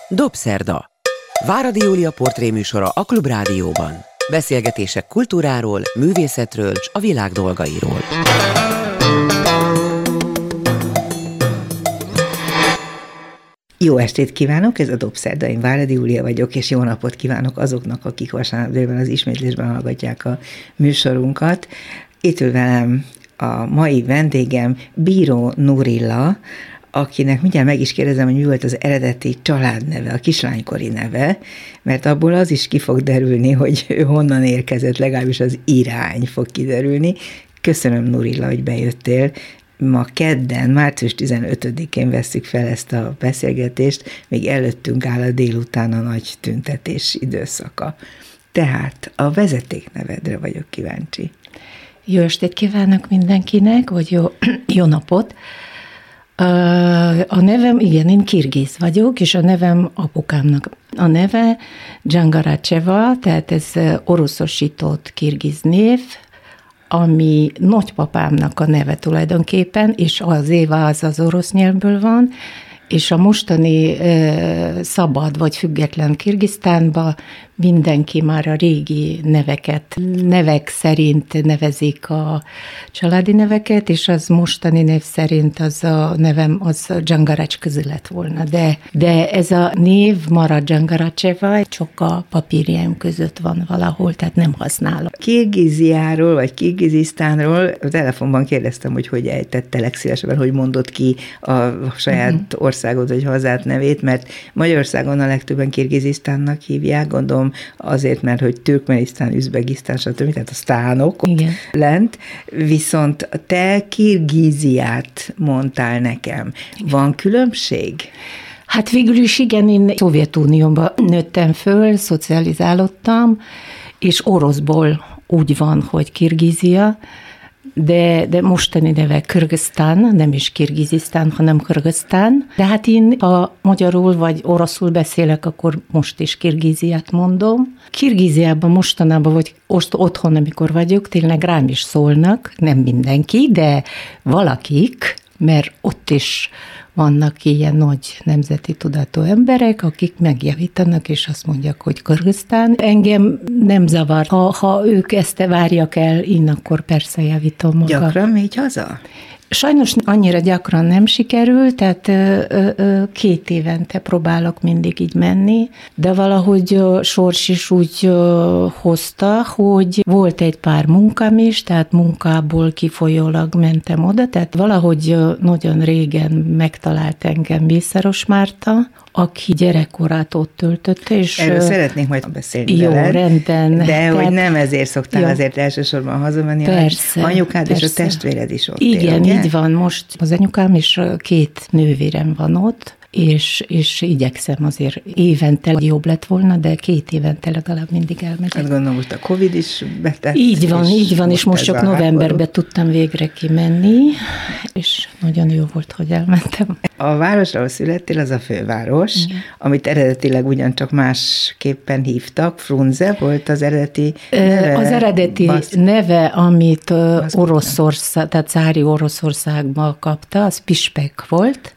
Dobszerda. Váradi Júlia portréműsora a Klubrádióban. Beszélgetések kultúráról, művészetről és a világ dolgairól. Jó estét kívánok, ez a Dobszerda, én Váradi Júlia vagyok, és jó napot kívánok azoknak, akik vasárnap délben az ismétlésben hallgatják a műsorunkat. Itt ül velem a mai vendégem, Bíró Nurilla, akinek mindjárt meg is kérdezem, hogy mi volt az eredeti családneve, a kislánykori neve, mert abból az is ki fog derülni, hogy ő honnan érkezett, legalábbis az irány fog kiderülni. Köszönöm, Nurilla, hogy bejöttél. Ma kedden, március 15-én vesszük fel ezt a beszélgetést, még előttünk áll a délután a nagy tüntetés időszaka. Tehát a vezetéknevedre vagyok kíváncsi. Jó estét kívánok mindenkinek, vagy jó napot. A nevem, igen, én kirgiz vagyok, és a nevem apukámnak a neve Dzsangaracheva, tehát ez oroszosított kirgiz név, ami nagypapámnak a neve tulajdonképpen, és az Éva az orosz nyelvből van, és a mostani szabad vagy független Kirgisztánban mindenki már a régi nevek szerint nevezik a családi neveket, és az mostani név szerint az a nevem az Dzsangarach közül lett volna. De ez a név marad Dzsangaracheva, csak a papírjaim között van valahol, tehát nem használom. Kirgiziáról, vagy Kirgizisztánról a telefonban kérdeztem, hogy ejtette legszívesebben, hogy mondott ki a saját országod, vagy hazát nevét, mert Magyarországon a legtöbben Kirgizisztánnak hívják, gondolom azért, mert hogy Türkmenisztán, Üzbegisztán, stb., tehát a sztánok lent, viszont te Kirgíziát mondtál nekem. Van különbség? Hát végül is igen, én Szovjetunióban nőttem föl, szocializálódtam, és oroszból úgy van, hogy Kirgízia, de mostani neve Kırgızstán, nem is Kirgizisztán, hanem Kırgızstán. De hát én, ha magyarul vagy oroszul beszélek, akkor most is Kirgíziát mondom. Kirgíziában mostanában, vagy otthon, amikor vagyok, tényleg rám is szólnak, nem mindenki, de valakik, mert ott is vannak ilyen nagy nemzeti tudatú emberek, akik megjavítanak, és azt mondják, hogy Kırgızstán. Engem nem zavar. Ha ők ezt várják el, én akkor persze javítom magam. Gyakran megy haza? Sajnos annyira gyakran nem sikerül, tehát 2 évente próbálok mindig így menni, de valahogy sors is úgy hozta, hogy volt egy pár munkám is, tehát munkából kifolyólag mentem oda, tehát valahogy nagyon régen megtalált engem Mészáros Márta, aki gyerekkorát ott töltötte, és... Erről szeretnék majd beszélni jó, veled. Rendben. De tehát, hogy nem ezért szoktál azért elsősorban hazamenni, persze, anyukád persze. És a testvéred is ott igen, él, így van. Most az anyukám és 2 nővérem van ott, és igyekszem azért évente jobb lett volna, de 2 évente legalább mindig elmegyek. Hát gondolom, most a Covid is betett. Így van, és most csak novemberben tudtam végre kimenni, és nagyon jó volt, hogy elmentem. A város, ahol születtél, az a főváros, amit eredetileg ugyancsak másképpen hívtak. Frunze volt az eredeti neve? Az eredeti neve, amit Oroszország, tehát cári Oroszországban kapta, az Pispek volt.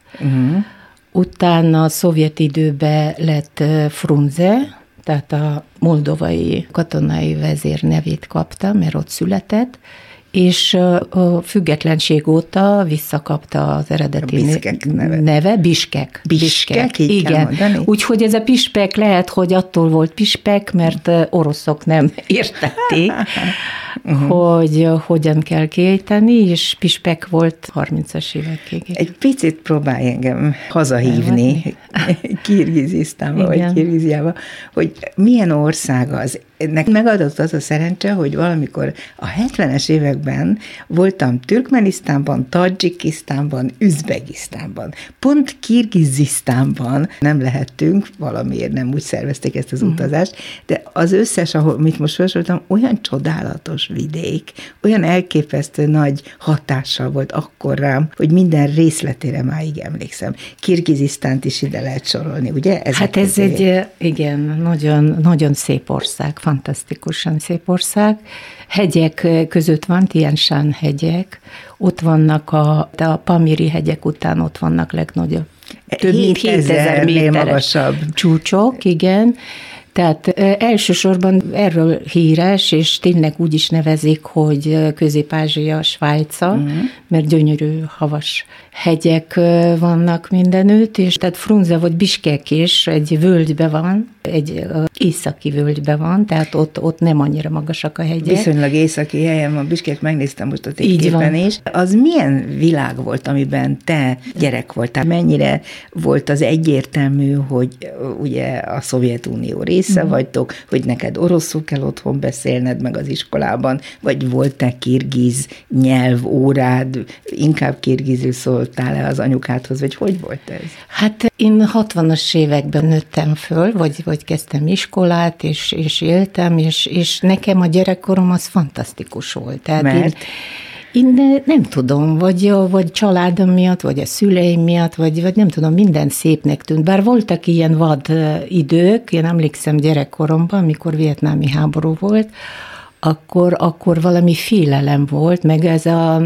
Utána a szovjet időben lett Frunze, tehát a moldovai katonai vezér nevét kapta, mert ott született, és a függetlenség óta visszakapta az eredeti neve, Biskek. Biskek, így igen. Úgyhogy ez a Pispek lehet, hogy attól volt Pispek, mert oroszok nem értették, hogy hogyan kell kiejteni, és Pispek volt 30-as évekig. Egy picit próbálj engem hazahívni Kirgizisztánba, vagy Kirgiziába, hogy milyen ország az. Ennek megadott az a szerencse, hogy valamikor a 70-es években voltam Türkmenisztánban, Tadzsikisztánban, Üzbegisztánban. Pont Kirgizisztánban nem lehettünk, valamiért nem úgy szervezték ezt az utazást, de az összes, amit most felsoroltam, olyan csodálatos vidék, olyan elképesztő nagy hatással volt akkor rám, hogy minden részletére máig emlékszem. Kirgizisztánt is ide lehet sorolni, ugye? Hát ez igen, nagyon, nagyon szép ország. fantasztikusan szép ország. Hegyek között van Tien Shan hegyek, ott vannak a Pamiri hegyek után ott vannak legnagyobb. Több mint 7000 méteres csúcsok, igen. Tehát elsősorban erről híres, és tényleg úgy is nevezik, hogy Közép-Ázsia Svájca, mert gyönyörű havas hegyek vannak mindenütt, és tehát Frunze vagy Biskek is egy völgybe van, egy északi völgybe van, tehát ott nem annyira magasak a hegyek. Viszonylag északi helyen van Biskek, megnéztem most a térképen is. Az milyen világ volt, amiben te gyerek voltál? Mennyire volt az egyértelmű, hogy ugye a Szovjetunió része vagytok, hogy neked oroszul kell otthon beszélned meg az iskolában, vagy volt-e kirgiz nyelvórád, inkább kirgizül szóltál-e az anyukádhoz, vagy hogy volt ez? Hát én 60-as években nőttem föl, vagy kezdtem iskolát, és éltem, és nekem a gyerekkorom az fantasztikus volt. Tehát én nem tudom, vagy családom miatt, vagy a szüleim miatt, vagy nem tudom, minden szépnek tűnt. Bár voltak ilyen vad idők, én emlékszem gyerekkoromban, amikor vietnámi háború volt, akkor valami félelem volt, meg ez a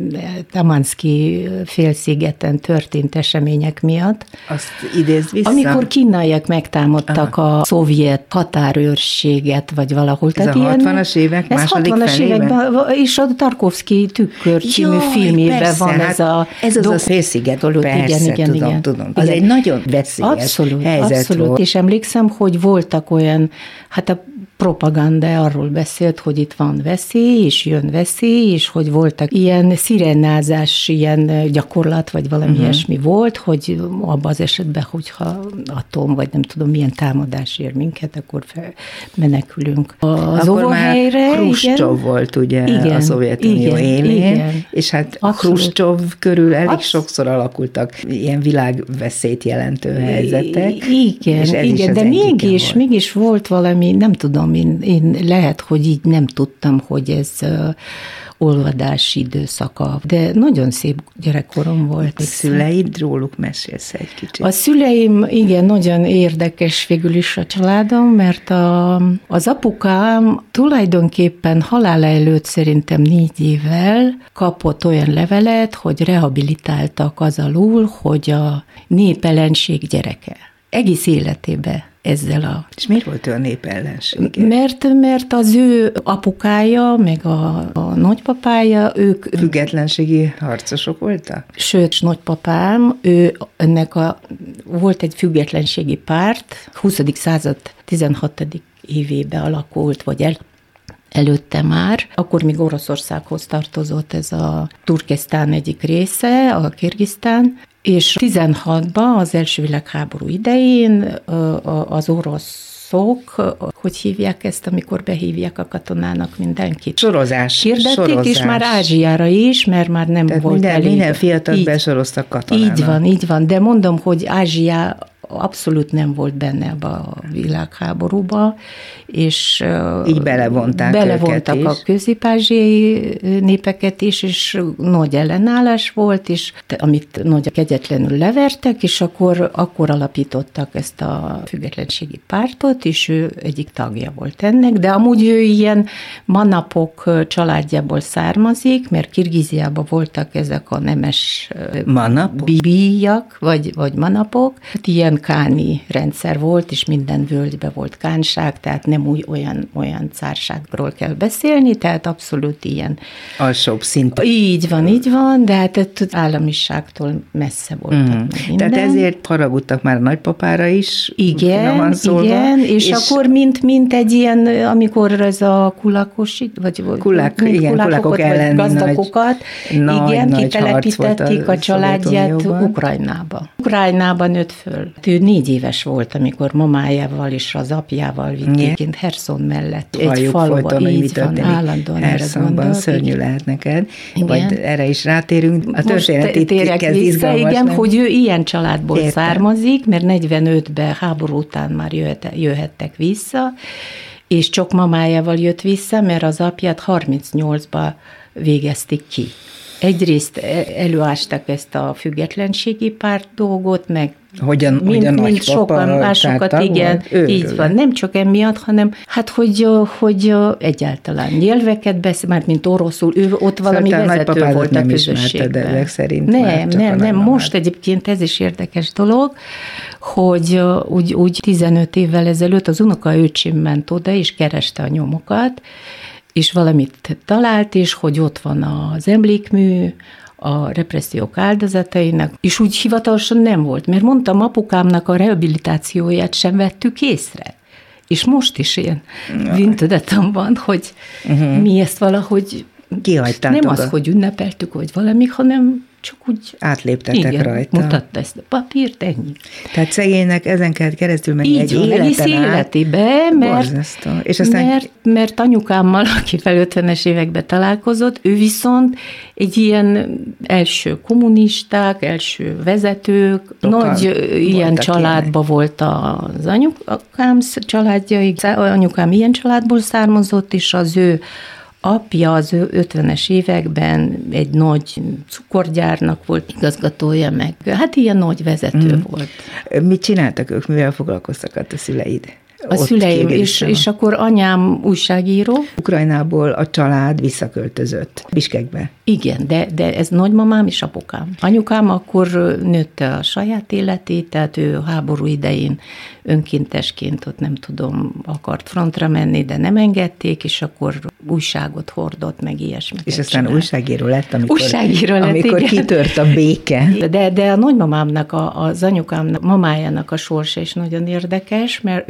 Tamanszki félszigeten történt események miatt. Azt idézd vissza? Amikor kínaiak megtámadtak a szovjet határőrséget, vagy valahol. Ez a 60-as évek második felében? Ez 60-as években, és a Tarkovszky Tükkör című filmében persze, van ez a... Ez az a félsziget, persze, igen, tudom. Az egy nagyon veszélyes helyzet abszolút. volt. És emlékszem, hogy voltak olyan, hát a propaganda arról beszélt, hogy itt van veszély, és jön veszély, és hogy voltak ilyen szirenázás, ilyen gyakorlat, vagy valami ilyesmi volt, hogy abban az esetben, hogyha atom, vagy nem tudom, milyen támadás ér minket, akkor menekülünk az óvóhelyre. Akkor már Hruscsov volt ugye a Szovjetunió élén, és hát Hruscsov körül elég sokszor alakultak ilyen világveszélyt jelentő helyzetek. Igen, de mégis volt valami, nem tudom, én lehet, hogy így nem tudtam, hogy ez olvadási időszaka, de nagyon szép gyerekkorom volt. A szüleid, róluk mesélsz egy kicsit? A szüleim, igen, nagyon érdekes végül is a családom, mert az apukám tulajdonképpen halála előtt szerintem 4 évvel kapott olyan levelet, hogy rehabilitáltak az alul, hogy a népellenség gyereke. Egész életében ezzel És miért volt olyan népellenség? Mert az ő apukája, meg a nagypapája, ők... Függetlenségi harcosok voltak? Sőt, nagypapám, volt egy függetlenségi párt, 20. század 16. évében alakult, vagy előtte már, akkor még Oroszországhoz tartozott ez a Turkesztán egyik része, a Kirgisztán, és 16-ban, az első világháború idején az oroszok, hogy hívják ezt, amikor behívják a katonának mindenkit? Sorozás. Hirdették, és már Ázsiára is, mert már nem tehát volt elég. Minden fiatal besoroztak katonának. Így van, de mondom, hogy Ázsia abszolút nem volt benne ebbe a világháborúba, és így belevonták a közép-ázsiai népeket is, és nagy ellenállás volt, és amit nagy kegyetlenül levertek, és akkor alapítottak ezt a függetlenségi pártot, és ő egyik tagja volt ennek, de amúgy ő ilyen manapok családjából származik, mert Kirgiziában voltak ezek a nemes bíjak, vagy manapok, ilyen káni rendszer volt, és minden völgyben volt kánság, tehát nem olyan cárságról kell beszélni, tehát abszolút ilyen. Alsóbb szint. Így van, de hát államiságtól messze voltak minden. Tehát ezért haragudtak már a nagypapára is. Igen, és akkor mint egy ilyen, amikor ez a kulakos, kulakok ellen gazdagokat, kitelepítették a családját Ukrajnába. Ukrajnában nőtt föl. Ő 4 éves volt, amikor mamájával és az apjával vitték Herson mellett. Egy faluban, így van, állandóan Hersonban szörnyű lehet neked, vagy erre is rátérünk. A történet itt kezd izgalmas. Igen, hogy ő ilyen családból származik, mert 45-ben háború után már jöhettek vissza, és csak mamájával jött vissza, mert az apját 38-ban végezték ki. egyrészt előástak ezt a függetlenségi párt dolgot, meg mint sokan másokat, igen, így van. Nem csak emiatt, hanem hát, hogy egyáltalán nyelveket beszél, már mint oroszul, ő ott valami vezető volt a közösségben. Ezek szerint. Nem, most egyébként ez is érdekes dolog, hogy úgy 15 évvel ezelőtt az unokaöcsém ment oda, és kereste a nyomokat, és valamit talált, és hogy ott van az emlékmű, a repressziók áldozatainak, és úgy hivatalosan nem volt, mert mondtam, apukámnak a rehabilitációját sem vettük észre. És most is ilyen bűntudatom van, hogy mi ezt valahogy nem az, hogy ünnepeltük, vagy valami, hanem csak úgy átléptetek rajta. Mutatta ezt a papírt, ennyi. Tehát szegénynek ezen kellett keresztül menni így egy van, életen életébe, mert anyukámmal, akivel 50-es években találkozott, ő viszont egy ilyen első kommunisták, első vezetők, nagy ilyen családba volt az anyukám családja, anyukám ilyen családból származott, és az ő apja az 50-es években egy nagy cukorgyárnak volt igazgatója, meg hát ilyen nagy vezető volt. Mit csináltak ők, mivel foglalkoztak a szüleid? A szüleim, és akkor anyám újságíró. Ukrajnából a család visszaköltözött Biskekbe. Igen, de ez nagymamám és apukám. Anyukám akkor nőtte a saját életét, tehát ő háború idején önkéntesként ott nem tudom, akart frontra menni, de nem engedték, és akkor újságot hordott, meg ilyesmit. És aztán újságíró lett, amikor kitört a béke. De a nagymamámnak, az anyukámnak, mamájának a sorsa is nagyon érdekes, mert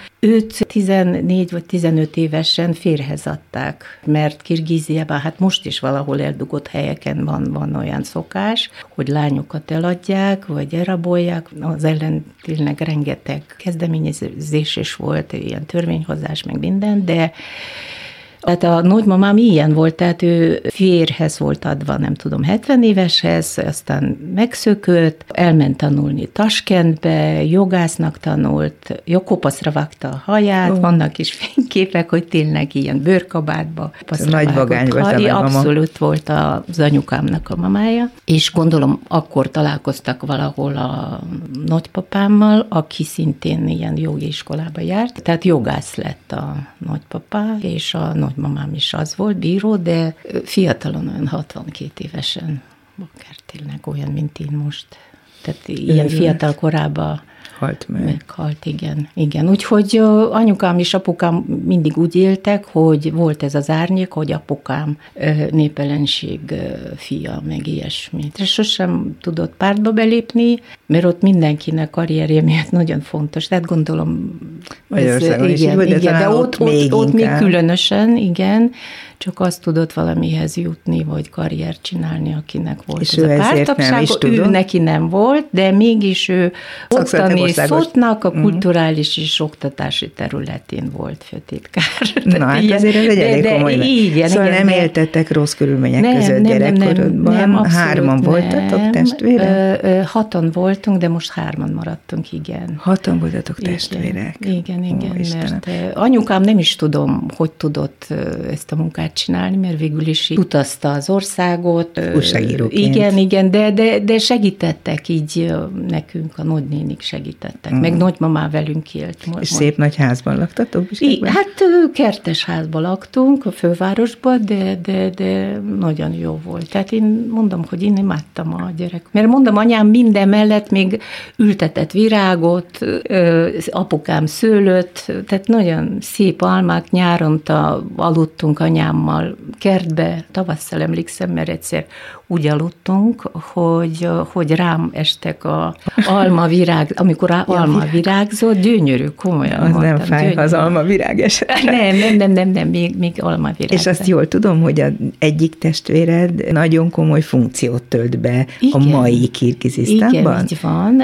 őt 14 vagy 15 évesen férjhez adták, mert Kirgíziában, hát most is valahol eldugott helyeken van olyan szokás, hogy lányokat eladják, vagy elrabolják. Az ellen tényleg rengeteg kezdeményezés is volt, ilyen törvényhozás, meg minden, de tehát a nagymamám ilyen volt, tehát ő férjhez volt adva, nem tudom, 70 éveshez, aztán megszökött, elment tanulni Taskentbe, jogásznak tanult, kopaszra vágta a haját, vannak is fényképek, hogy tényleg ilyen bőrkabátba. Nagy vagány volt a nagymama. Abszolút volt az anyukámnak a mamája, és gondolom akkor találkoztak valahol a nagypapámmal, aki szintén ilyen jogi iskolába járt, tehát jogász lett a nagypapá, és a nagymamám is az volt, bíró, de fiatalon, olyan 62 évesen, akár tényleg olyan, mint én most. Tehát ilyen fiatal korában meghalt, igen. Úgyhogy anyukám és apukám mindig úgy éltek, hogy volt ez az árnyék, hogy apukám népellenség fia, meg ilyesmit. És sosem tudott pártba belépni, mert ott mindenkinek karrierje miatt nagyon fontos. Tehát gondolom, de ott még különösen, igen, csak azt tudott valamihez jutni, vagy karriert csinálni, akinek volt és ez a pártagság. Ő neki nem volt, de mégis ő ottani szótnak a kulturális és oktatási területén volt főtitkár. Na, hát azért ez egy elég komoly. Igen, szóval nem éltettek rossz körülmények között gyerekkorodban? Nem, hárman voltatok testvérek? 6-an voltunk, de most 3-an maradtunk, igen. 6-an voltatok testvérek? Igen, mert anyukám nem is tudom, hogy tudott ezt a munkát csinálni, mert végül is utazta az országot. Újságíróként. Igen, de segítettek így nekünk, a nagynénik segítettek, meg nagymamá velünk élt. És szép nagy házban laktatok? Hát kertes házban laktunk, a fővárosban, de nagyon jó volt. Tehát én mondom, hogy én imádtam a gyerek. Mert mondom, anyám minden mellett még ültetett virágot, apukám szőlőt, tehát nagyon szép almák, nyáronta aludtunk anyámmal kertbe, tavasszal emlékszem, mert egyszer úgy aludtunk, hogy rám estek a almavirág, amikor alma virágzott, gyönyörű, komolyan az mondtam. Nem fáj, gyönyörű. Az almavirág esetleg. Nem, még almavirág. És azt jól tudom, hogy az egyik testvéred nagyon komoly funkciót tölt be a mai Kirgizisztánban? Igen, így van.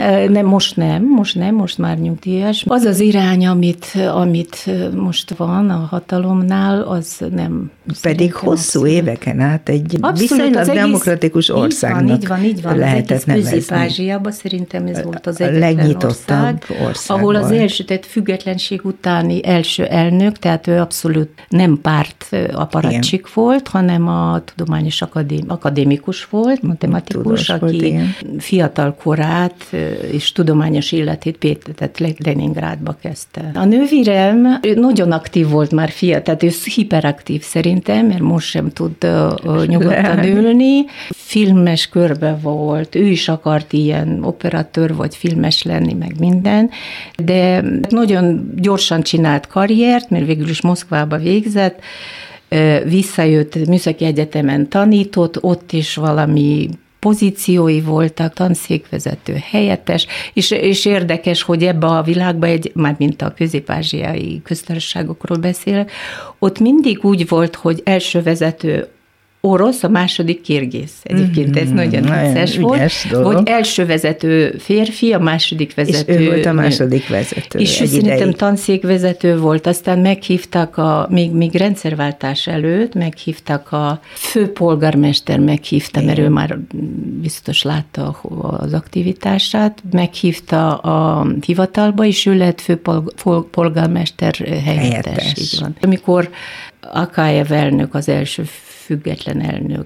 Most már nyugdíjas. Az az irány, amit most van a hatalomnál, az nem... Pedig hosszú éveken át egy viszonylag demokratikus demokratikus országnak így van. lehetett nevezni. Közép-Ázsiában szerintem ez volt az egyetlen legnyitottabb ország ahol az volt. első, tehát függetlenség utáni első elnök, tehát ő abszolút nem párt aparatsik volt, hanem a tudományos akadémikus volt, matematikus, aki fiatal korát és tudományos életét tehát Leningrádba kezdte. A nővérem nagyon aktív volt már tehát ő hiperaktív szerintem, mert most sem tud nyugodtan ülni. Filmes körbe volt, ő is akart ilyen operatőr vagy filmes lenni, meg minden, de nagyon gyorsan csinált karriert, mert végül is Moszkvába végzett, visszajött, műszaki egyetemen tanított, ott is valami pozíciói voltak, tanszékvezető helyettes, és érdekes, hogy ebbe a világba, már mint a közép-ázsiai köztársaságokról beszélek, ott mindig úgy volt, hogy első vezető orosz, a második kirgiz. Egyébként ez nagyon vicces volt, hogy első vezető férfi, a második vezető. És ő volt a második vezető. És ő szerintem tanszékvezető volt, aztán meghívtak még rendszerváltás előtt, meghívtak a főpolgármester, mert ő már biztos látta az aktivitását, meghívta a hivatalba, és ő lett főpolgármester helyettes. Így van. Amikor Akajev elnök, az első független elnök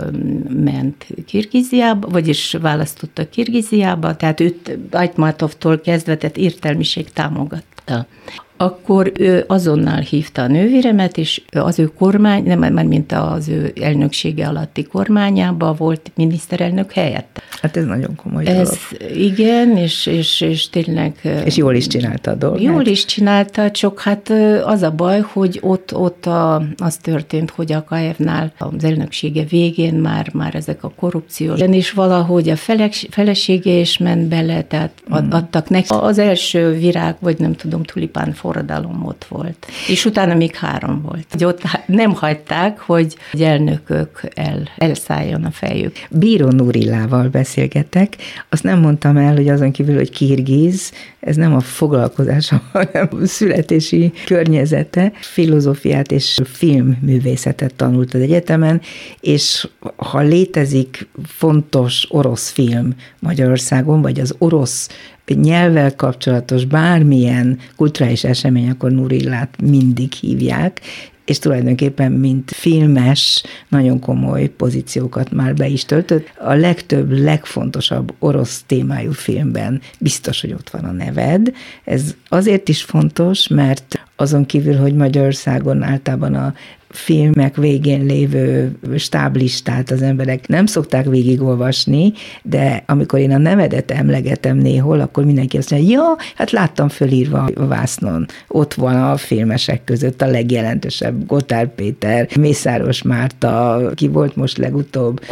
ment Kirgiziába, vagyis választotta Kirgiziába, tehát őt Ajtmatovtól kezdve, tehát értelmiség támogatta. Akkor ő azonnal hívta a nővéremet, és az ő kormány, nem már mint az ő elnöksége alatti kormányában volt miniszterelnök helyett. Hát ez nagyon komoly dolog. Igen, és tényleg... És jól is csinálta a dolgát. Jól is csinálta, csak hát az a baj, hogy ott az történt, hogy Akajevnál az elnöksége végén már ezek a korrupciós, és valahogy a felesége is ment bele, tehát adtak neki. Az első virág, vagy nem tudom, tulipán forradalom ott volt. És utána még 3 volt. Hogy ott nem hagyták, hogy elnökök elszálljon a fejük. Bíró Nurillával beszélgetek. Azt nem mondtam el, hogy azon kívül, hogy kirgiz, ez nem a foglalkozása, hanem a születési környezete. Filozófiát és filmművészetet tanult az egyetemen, és ha létezik fontos orosz film Magyarországon, vagy az orosz nyelvvel kapcsolatos bármilyen kulturális esemény, akkor Nurillát mindig hívják, és tulajdonképpen mint filmes nagyon komoly pozíciókat már be is töltött. A legtöbb, legfontosabb orosz témájú filmben biztos, hogy ott van a neved. Ez azért is fontos, mert azon kívül, hogy Magyarországon általában a filmek végén lévő stáblistát az emberek nem szokták végigolvasni, de amikor én a nevedet emlegetem néhol, akkor mindenki azt mondja, ja, hát láttam fölírva a vásznon. Ott van a filmesek között a legjelentősebb Gotthárd Péter, Mészáros Márta, ki volt most legutóbb?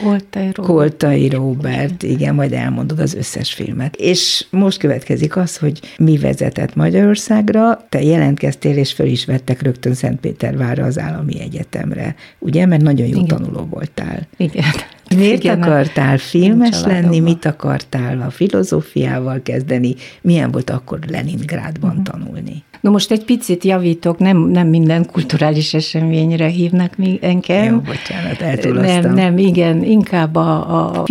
Koltai Róbert, igen, majd elmondod az összes filmet. És most következik az, hogy mi vezetett Magyarországra, te jelentkeztél, és föl is vettek rögtön Szentpétervárra az Állami Egyetemre, ugye? Mert nagyon jó tanuló voltál. Igen. Miért akartál filmes lenni? Mit akartál a filozófiával kezdeni? Milyen volt akkor Leningrádban tanulni? No most egy picit javítok, nem minden kulturális eseményre hívnak engem. Jó, bocsánat, eltúloztam. Nem, igen, inkább a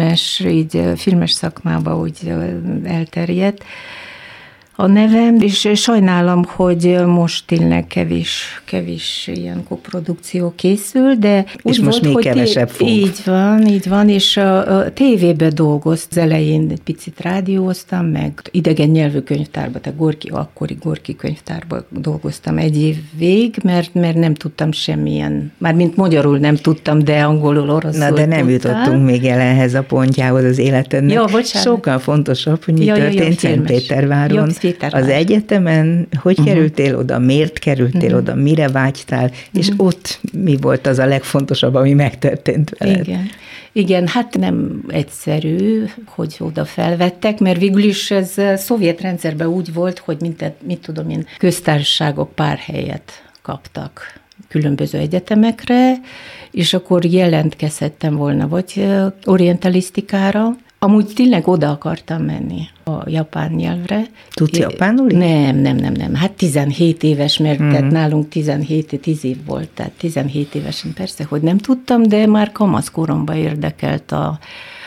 filmes szakmába úgy elterjedt a nevem, és sajnálom, hogy most tényleg kevés ilyen koprodukció készül, de úgy és most volt, még kevesebb fog. Így van, és a tévében dolgozt, az elején egy picit rádióztam, meg idegen nyelvű könyvtárban, tehát akkori Gorki könyvtárban dolgoztam 1 évig, mert nem tudtam semmilyen, mármint magyarul nem tudtam, de angolul, oroszul Na, de nem jutottunk még el ehhez a pontjához az életednek. Jó, bocsánat. Sokkal fontosabb, hogy mi történt Szentpéterváron. Az egyetemen, hogy kerültél oda, miért kerültél oda, mire vágytál, és ott mi volt az a legfontosabb, ami megtörtént veled? Igen, hát nem egyszerű, hogy oda felvettek, mert végül is ez a szovjet rendszerben úgy volt, hogy mit tudom én, köztársaságok pár helyet kaptak különböző egyetemekre, és akkor jelentkezhettem volna vagy orientalisztikára, Amúgy tényleg oda akartam menni a japán nyelvre. Tudsz japánul? Nem. Hát 17 éves, mert tehát nálunk 10 év volt, tehát 17 évesen persze, hogy nem tudtam, de már kamaszkoromban érdekelt a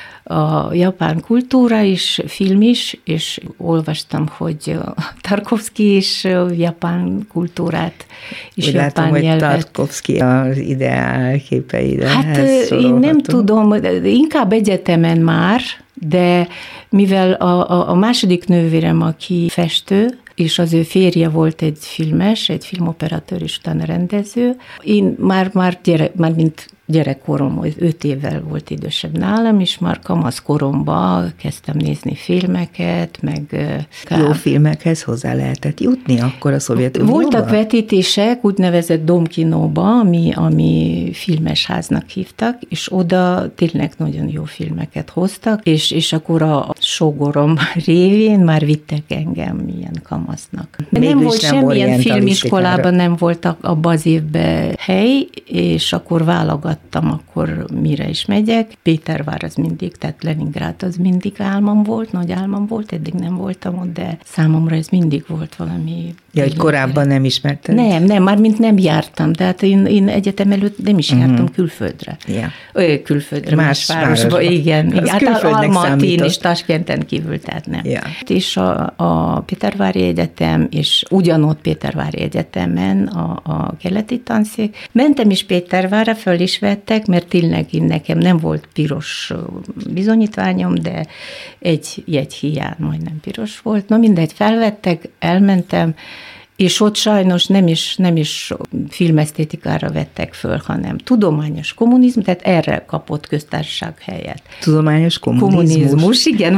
japán kultúra is, film is, és olvastam, hogy Tarkovszky is japán kultúrát és úgy japán látom, nyelvet. hogy Tarkovszky az ideál képeire. Hát én nem tudom, inkább egyetemen már, de mivel a második nővérem, aki festő, és az ő férje volt egy filmes, egy filmoperatőr és utána rendező. Én már mint gyerekkorom, 5 évvel volt idősebb nálam, és már kamaszkoromban kezdtem nézni filmeket, meg... Jó filmekhez hozzá lehetett jutni akkor a Szovjetunióban? Voltak vetítések, úgynevezett domkinóba, ami filmesháznak hívtak, és oda tényleg nagyon jó filmeket hoztak, és akkor a sógorom révén már vittek engem ilyen kamasznak. Nem volt semmilyen filmiskolában, nem voltak abban az évben hely, és akkor válogattam, akkor mire is megyek. Pétervár az mindig, tehát Leningrád az mindig álmom volt, nagy álmom volt, eddig nem voltam ott, de számomra ez mindig volt valami... Ja, hogy korábban nem ismerted? Nem, mármint nem jártam, de hát én egyetem előtt nem is jártam külföldre. Yeah. Külföldre, más városba, igen. Hát Almatén és Taskenten kívül, tehát nem. Yeah. És a Pétervári Egyetem, és ugyanott Pétervári Egyetemen a keleti tanszék. Mentem is Pétervárra, föl is vettek, mert tényleg nekem nem volt piros bizonyítványom, de egy jegyhiány majdnem piros volt. Na mindegy, felvettek, elmentem, és ott sajnos nem is filmesztétikára vettek föl, hanem tudományos kommunizmus, tehát erre kapott köztársaság helyet. Tudományos kommunizmus? Igen,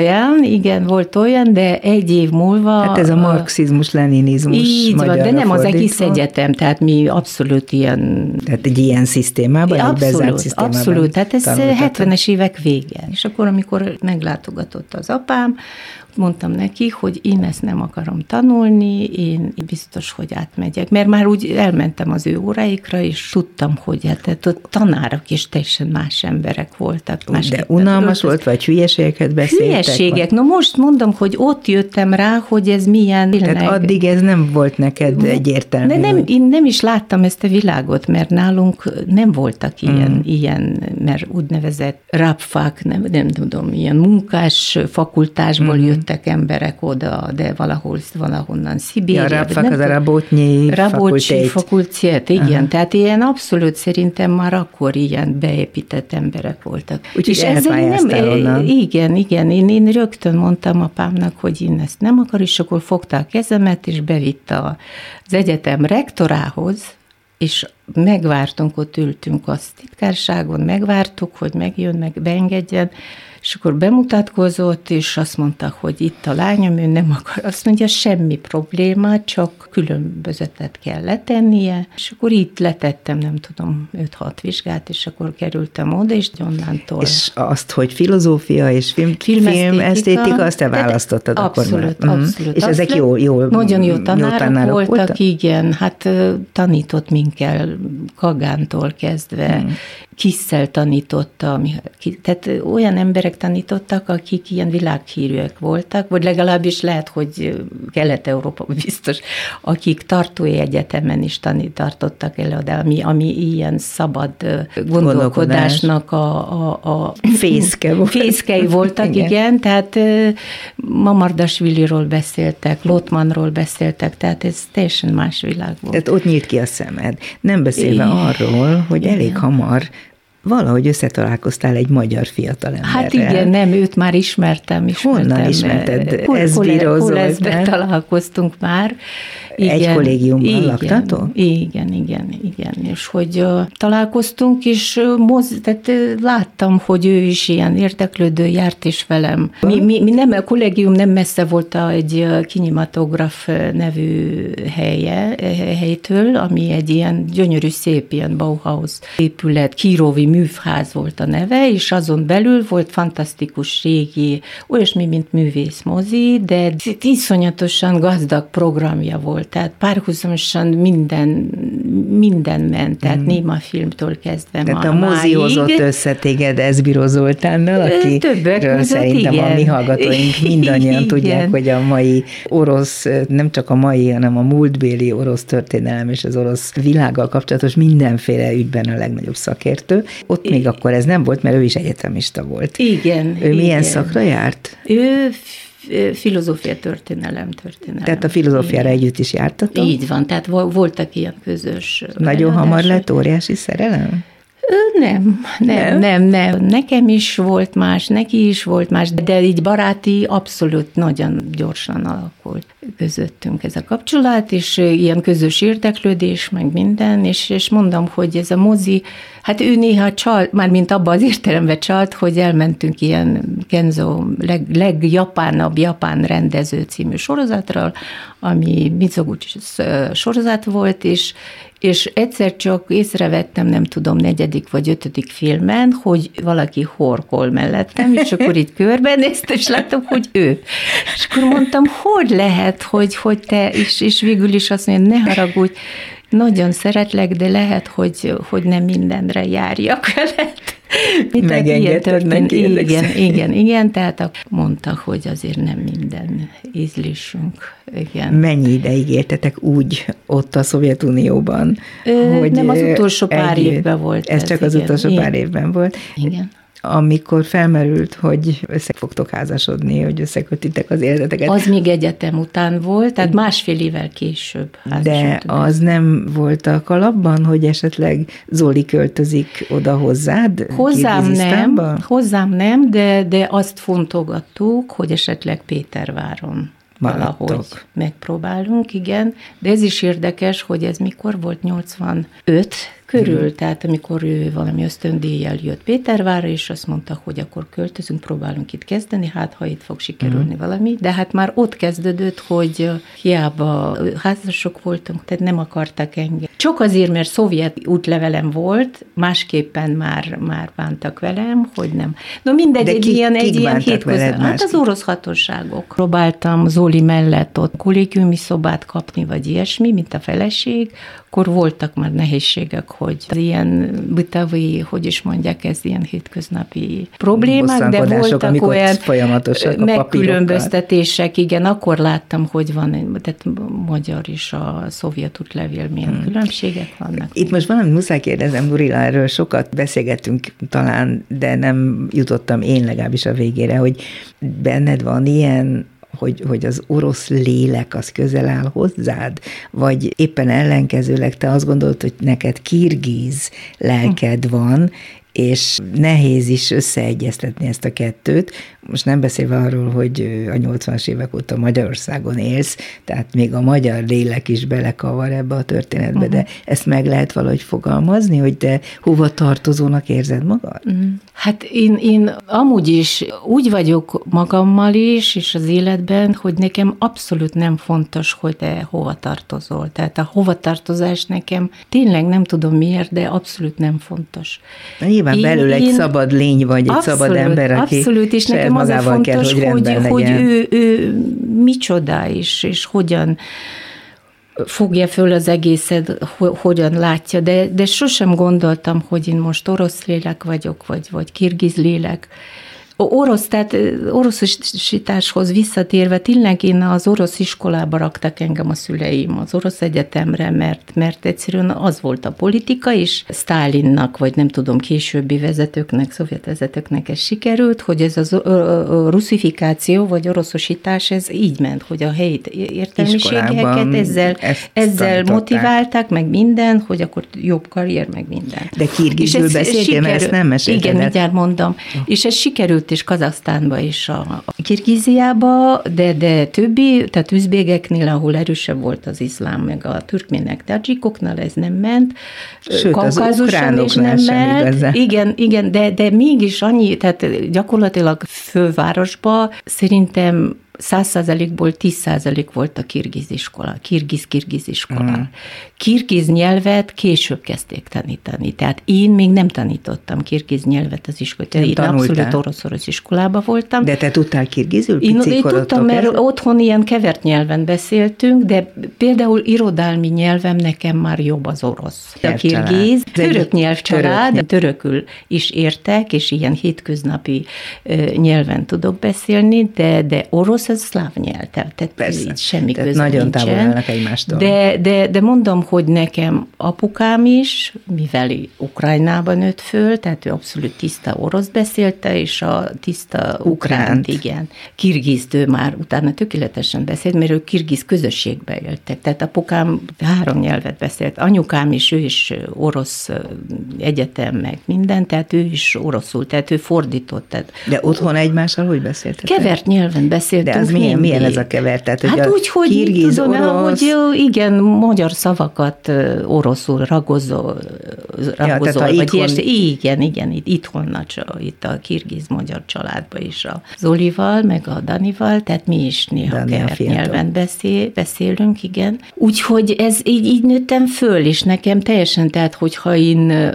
volt olyan, de egy év múlva... Hát ez a marxizmus-leninizmus. Így van, de nem az egész egyetem, tehát mi abszolút ilyen... Tehát egy ilyen szisztémában, egy bezárt szisztémában. Abszolút, tehát ez 70-es évek vége. És akkor, amikor meglátogatott az apám, mondtam neki, hogy én ezt nem akarom tanulni, én biztos, hogy átmegyek. Mert már úgy elmentem az ő óráikra, és tudtam, hogy hát ott tanárok is teljesen más emberek voltak. De unalmas volt, vagy hülyeségeket beszéltek? Hülyeségek. No most mondom, hogy ott jöttem rá, hogy ez milyen... Tehát addig ez nem volt neked egyértelmű. De én nem is láttam ezt a világot, mert nálunk nem voltak ilyen, mert úgynevezett rabfák, nem tudom, ilyen munkás fakultásból jöttek emberek oda, de valahonnan Szibériába. Ja, rabfák az a Rabotnyi fakultét, igen. Tehát ilyen abszolút szerintem már akkor ilyen beépített emberek voltak. Úgyhogy elpályáztál onnan. Igen. Én rögtön mondtam apámnak, hogy én ezt nem akar, és akkor fogta a kezemet, és bevitt az egyetem rektorához, és megvártunk, ott ültünk a titkárságon, megvártuk, hogy megjön, meg beengedjen, és akkor bemutatkozott, és azt mondta, hogy itt a lányom, ő nem akar. Azt mondja, semmi probléma, csak különbözetet kell letennie, és akkor itt letettem, nem tudom, 5-6 vizsgát, és akkor kerültem oda, és onnantól. És azt, hogy filozófia és filmesztétika, azt te választottad abszolút, akkor már. Abszolút. És ezek nagyon jó tanárok voltak, igen, hát tanított minket Kagántól kezdve, Kisszel tanította, tehát olyan emberek tanítottak, akik ilyen világhírűek voltak, vagy legalábbis lehet, hogy Kelet-Európában biztos, akik Tartói Egyetemen is tartottak előadást, ami ilyen szabad gondolkodásnak a fészkei voltak, igen, tehát Mamardasviliról beszéltek, Lotmanról beszéltek, tehát ez teljesen más világ volt. Tehát ott nyílt ki a szemed. Nem beszélve arról, hogy elég hamar valahogy összetalálkoztál egy magyar fiatalemberrel. Hát igen, nem, őt már ismertem. Honnan ismerted? Eszbíró Zoltán? Találkoztunk már. Igen, egy kollégiumban laktatok? Igen. És hogy találkoztunk, és tehát láttam, hogy ő is ilyen érdeklődő, járt is velem. Mi nem, a kollégium nem messze volt egy kinematograf nevű helytől, ami egy ilyen gyönyörű, szép ilyen Bauhaus épület, Kírovi művház volt a neve, és azon belül volt fantasztikus régi, olyasmi, mint művészmozi, de minden ment, tehát Néma filmtől kezdve tehát a mozi hozott össze téged Eszbiró Zoltánnal, akiről szerintem a mi hallgatóink mindannyian tudják, hogy a mai orosz, nem csak a mai, hanem a múltbéli orosz történelem és az orosz világgal kapcsolatos mindenféle ügyben a legnagyobb szakértő. Ott még akkor ez nem volt, mert ő is egyetemista volt. Igen. Ő milyen szakra járt? Ő filozófia történelem. Tehát a filozófiára együtt is jártatok? Így van, tehát voltak ilyen közös Nagyon hamar lett óriási szerelem? Nem. Nekem is volt más, neki is volt más, de így baráti, abszolút nagyon gyorsan alakult közöttünk ez a kapcsolat, és ilyen közös érdeklődés, meg minden, és mondom, hogy ez a mozi, hát ő néha csalt, mármint abban az értelemben csalt, hogy elmentünk ilyen Kenzo legjapánabb japán rendező című sorozatra, ami Mizoguchi sorozat volt, és egyszer csak észrevettem, nem tudom, 4. vagy 5. filmen, hogy valaki horkol mellettem, és akkor így körbenéztem, és láttam, hogy ő. És akkor mondtam, hogy lehet, hogy te, és végül is azt mondja, ne haragudj, nagyon szeretlek, de lehet, hogy nem mindenre járjak veled. Megengedted neki? Igen, tehát mondta, hogy azért nem minden ízlésünk. Igen. Mennyi ideig éltetek úgy ott a Szovjetunióban? Hogy nem az utolsó pár évben volt. Ez csak az utolsó pár évben volt? Igen. Amikor felmerült, hogy össze fogtok házasodni, hogy összekötitek az életeteket. Az még egyetem után volt, tehát másfél évvel később házasodtunk. De az nem volt a kalapban, hogy esetleg Zoli költözik oda hozzád? Hozzám nem, de azt fontolgattuk, hogy esetleg Péterváron valahogy megpróbálunk, igen. De ez is érdekes, hogy ez mikor volt, 85 körül, tehát amikor ő valami ösztöndíjjal jött Pétervárra, és azt mondta, hogy akkor költözünk, próbálunk itt kezdeni, hát ha itt fog sikerülni valami, de hát már ott kezdődött, hogy hiába házasok voltunk, tehát nem akartak engem. Csak azért, mert szovjet útlevelem volt, másképpen már bántak velem, hogy nem. No mindegy, egy ilyen hétköznap. Hát az orosz hatóságok. Próbáltam Zoli mellett ott kollégiumi szobát kapni, vagy ilyesmi, mint a feleség, akkor voltak már nehézségek, hogy az ilyen bitavi, hogy is mondják, ez ilyen hétköznapi problémák, de voltak olyan megkülönböztetések, igen, akkor láttam, hogy van, tehát magyar és a szovjet útlevél milyen különbségek vannak. Itt most valami muszáj kérdezem, Nurila, erről sokat beszélgettünk talán, de nem jutottam én legalábbis a végére, hogy benned van ilyen, hogy az orosz lélek az közel áll hozzád, vagy éppen ellenkezőleg te azt gondolod, hogy neked kirgiz lelked van, és nehéz is összeegyeztetni ezt a kettőt. Most nem beszélve arról, hogy a 80-as évek óta Magyarországon élsz, tehát még a magyar lélek is belekavar ebbe a történetbe, de ezt meg lehet valahogy fogalmazni, hogy te hova tartozónak érzed magad? Hát én amúgy is úgy vagyok magammal is, és az életben, hogy nekem abszolút nem fontos, hogy te hova tartozol. Tehát a hovatartozás nekem tényleg nem tudom miért, de abszolút nem fontos. Nyilván belül egy szabad lény vagy, egy szabad ember, aki abszolút, és nekem az a fontos, hogy ő micsoda is, és hogyan fogja föl az egészet, hogyan látja, de sosem gondoltam, hogy én most orosz lélek vagyok, vagy kirgiz lélek. Tehát oroszosításhoz visszatérve, tényleg én az orosz iskolába raktak engem a szüleim, az orosz egyetemre, mert egyszerűen az volt a politika, és Sztálinnak, vagy nem tudom, későbbi vezetőknek, szovjet vezetőknek ez sikerült, hogy ez a ruszifikáció, vagy oroszosítás, ez így ment, hogy a helyi értelmiségeket ezzel motiválták, meg minden, hogy akkor jobb karrier, meg minden. De kirgizül beszéltél, mert ezt nem mesélted. Igen, mindjárt mondom. És ez sikerült és Kazahsztánba és a Kirgiziába, de többi, tehát üzbégeknél, ahol erősebb volt az iszlám, meg a türkmének, tadzsikoknál ez nem ment. Sőt, az ukránoknál sem igazán. Igen, de mégis annyi, tehát gyakorlatilag fővárosba szerintem 100%-ból 10% volt a kirgiz iskola, kirgiz iskola. Kirgiz nyelvet később kezdték tanítani, tehát én még nem tanítottam kirgiz nyelvet az iskolában. Én abszolút orosz iskolában voltam. De te tudtál kirgizül? Én tudtam, mert otthon ilyen kevert nyelven beszéltünk, de például irodalmi nyelvem nekem már jobb az orosz. A kirgiz, török nyelvcsalád, törökül is értek, és ilyen hétköznapi nyelven tudok beszélni, de orosz az szláv nyelv, tehát semmi köze nagyon távol állnak egymástól. De mondom, hogy nekem apukám is, mivel Ukrajnában nőtt föl, tehát ő abszolút tiszta orosz beszélte, és a tiszta ukránt, igen. Kirgizt ő már utána tökéletesen beszélt, mert ő kirgiz közösségbe éltek. Tehát apukám 3 nyelvet beszélt. Anyukám is, ő is orosz egyetem, meg minden, tehát ő is oroszul, tehát ő fordított. Tehát de otthon egymással hogy beszéltetek? Kevert nyelven beszéltünk. De az milyen ez a kevert? Tehát, hát úgy, hogy kirgiz, tudom, orosz... hogy igen, magyar szavakat oroszul ragozol, vagy itthon... igen, itthon, itt a kirgiz-magyar családban is a Zolival, meg a Danival, tehát mi is néha kevert nyelven beszélünk, igen. Úgyhogy ez így nőttem föl, és nekem teljesen, tehát hogyha én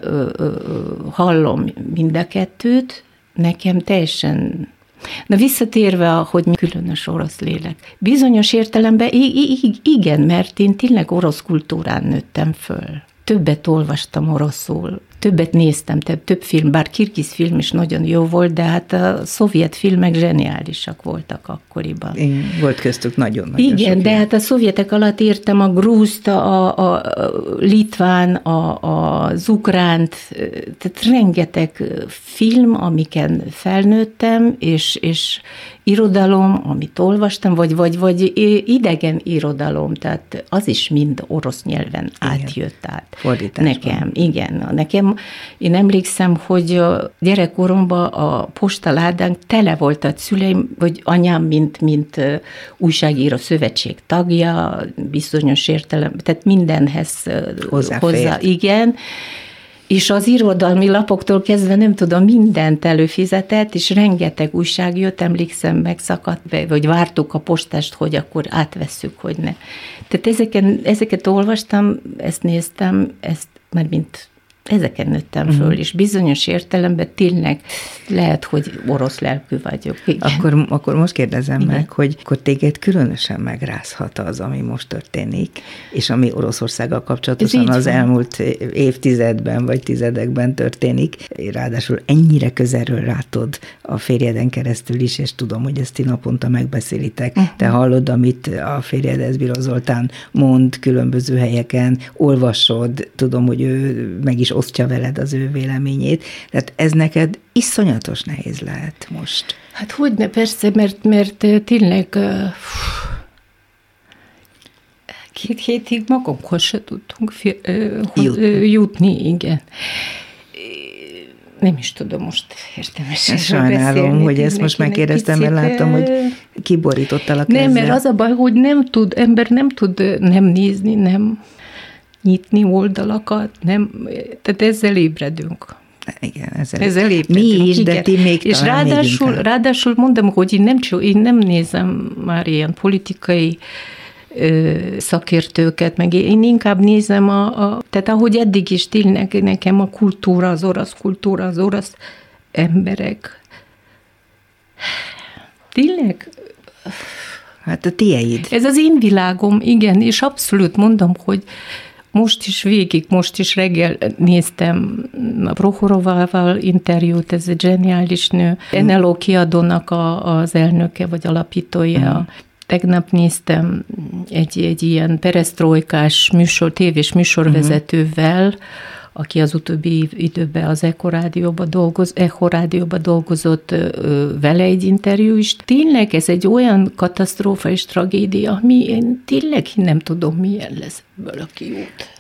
hallom mind a kettőt, nekem teljesen... Na visszatérve, hogy különös orosz lélek. Bizonyos értelemben igen, mert én tényleg orosz kultúrán nőttem föl. Többet olvastam oroszul, többet néztem, több film, bár kirgiz film is nagyon jó volt, de hát a szovjet filmek zseniálisak voltak akkoriban. Volt köztük nagyon igen, de hát a szovjetek alatt értem a grúzt, a litván, az ukránt, tehát rengeteg film, amiken felnőttem, és irodalom, amit olvastam, vagy idegen irodalom, tehát az is mind orosz nyelven átjött át. Fordításban. Nekem, én emlékszem, hogy gyerekkoromban a postaládánk tele volt a szüleim, vagy anyám, mint újságíró szövetség tagja, bizonyos értelem, tehát mindenhez hozzá, igen. És az irodalmi lapoktól kezdve nem tudom, mindent előfizetett, és rengeteg újság jött, emlékszem, megszakadt, vagy vártuk a postást, hogy akkor átvesszük, hogy ne. Tehát ezeket olvastam, ezt néztem, mert mint ezeken nőttem föl, és bizonyos értelemben tényleg lehet, hogy orosz lelkű vagyok. Akkor most kérdezem meg, hogy akkor téged különösen megrázhat az, ami most történik, és ami Oroszországgal kapcsolatosan az elmúlt évtizedben, vagy tizedekben történik. Ráadásul ennyire közelről látod a férjeden keresztül is, és tudom, hogy ezt ti naponta megbeszélitek. Te hallod, amit a férjed Eszbiró Zoltán mond különböző helyeken, olvasod, tudom, hogy ő meg is osztja veled az ő véleményét. Tehát ez neked iszonyatos nehéz lehet most. Hát hogyne, persze, mert tényleg 2 hétig magunkhoz se tudtunk jutni, igen. Nem is tudom most értelmesen sajnálom, beszélni, hogy ezt most megkérdeztem, mert láttam, hogy kiborítottál a kezzel. Nem, mert az a baj, hogy ember nem tud nem nézni, nem nyitni oldalakat, nem, tehát ezzel ébredünk. Igen, ezzel ébredünk. Mi is, igen. De ti még és ráadásul mondom, hogy én nem nézem már ilyen politikai szakértőket, meg én inkább nézem tehát ahogy eddig is tényleg nekem a kultúra, az orosz emberek. Tényleg... Hát a tieid. Ez az én világom, igen, és abszolút mondom, hogy most is reggel néztem a Prohorovával interjút, ez egy zseniális nő. NLO kiadónak az elnöke, vagy alapítója. Tegnap néztem egy ilyen peresztrojkás tévés műsorvezetővel, aki az utóbbi időben az Echo Rádióban dolgozott, vele egy interjú is. Tényleg ez egy olyan katasztrófa és tragédia, ami én tényleg nem tudom, milyen lesz ebből a kiút.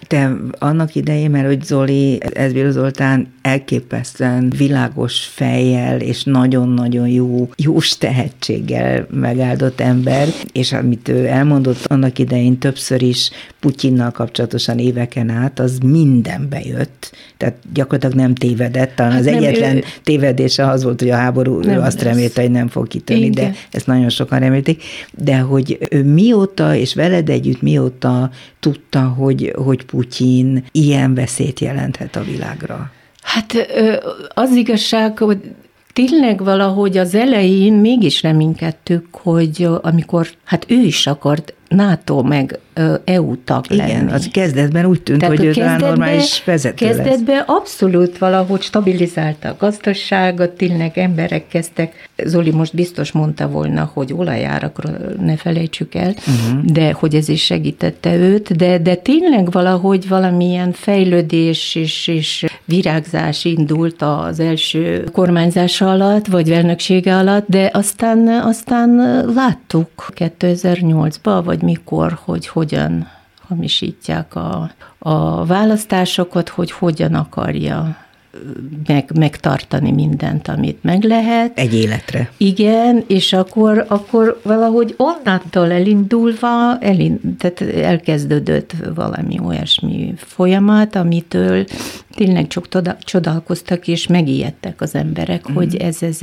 Te annak idején, mert hogy Zoli, Ezbíró Zoltán elképesztően világos fejjel és nagyon-nagyon jós tehetséggel megáldott ember, és amit ő elmondott annak idején többször is Putyinnal kapcsolatosan éveken át, az mindenbe jött. Tehát gyakorlatilag nem tévedett, talán az egyetlen tévedése az volt, hogy a háború, ő azt remélte, hogy nem fog kitörni, de ezt nagyon sokan remélték. De hogy ő mióta, és veled együtt mióta tudta, hogy Putyin ilyen veszélyt jelenthet a világra? Hát az igazság, hogy tényleg valahogy az elején mégis reménykedtük, hogy amikor, hát ő is akart NATO meg EU tag lenni. Igen, az kezdetben úgy tűnt, tehát hogy ő talán normális vezető lesz. Kezdetben abszolút valahogy stabilizálta a gazdaságot, tényleg emberek kezdtek, Zoli most biztos mondta volna, hogy olajárakról ne felejtsük el, de hogy ez is segítette őt, de tényleg valahogy valamilyen fejlődés és virágzás indult az első kormányzása alatt, vagy elnöksége alatt, de aztán láttuk 2008-ban, vagy mikor, hogy hogyan hamisítják a választásokat, hogy hogyan akarja megtartani mindent, amit meg lehet. Egy életre. Igen, és akkor valahogy onnantól elindulva tehát elkezdődött valami olyasmi folyamat, amitől tényleg csak csodálkoztak, és megijedtek az emberek, hogy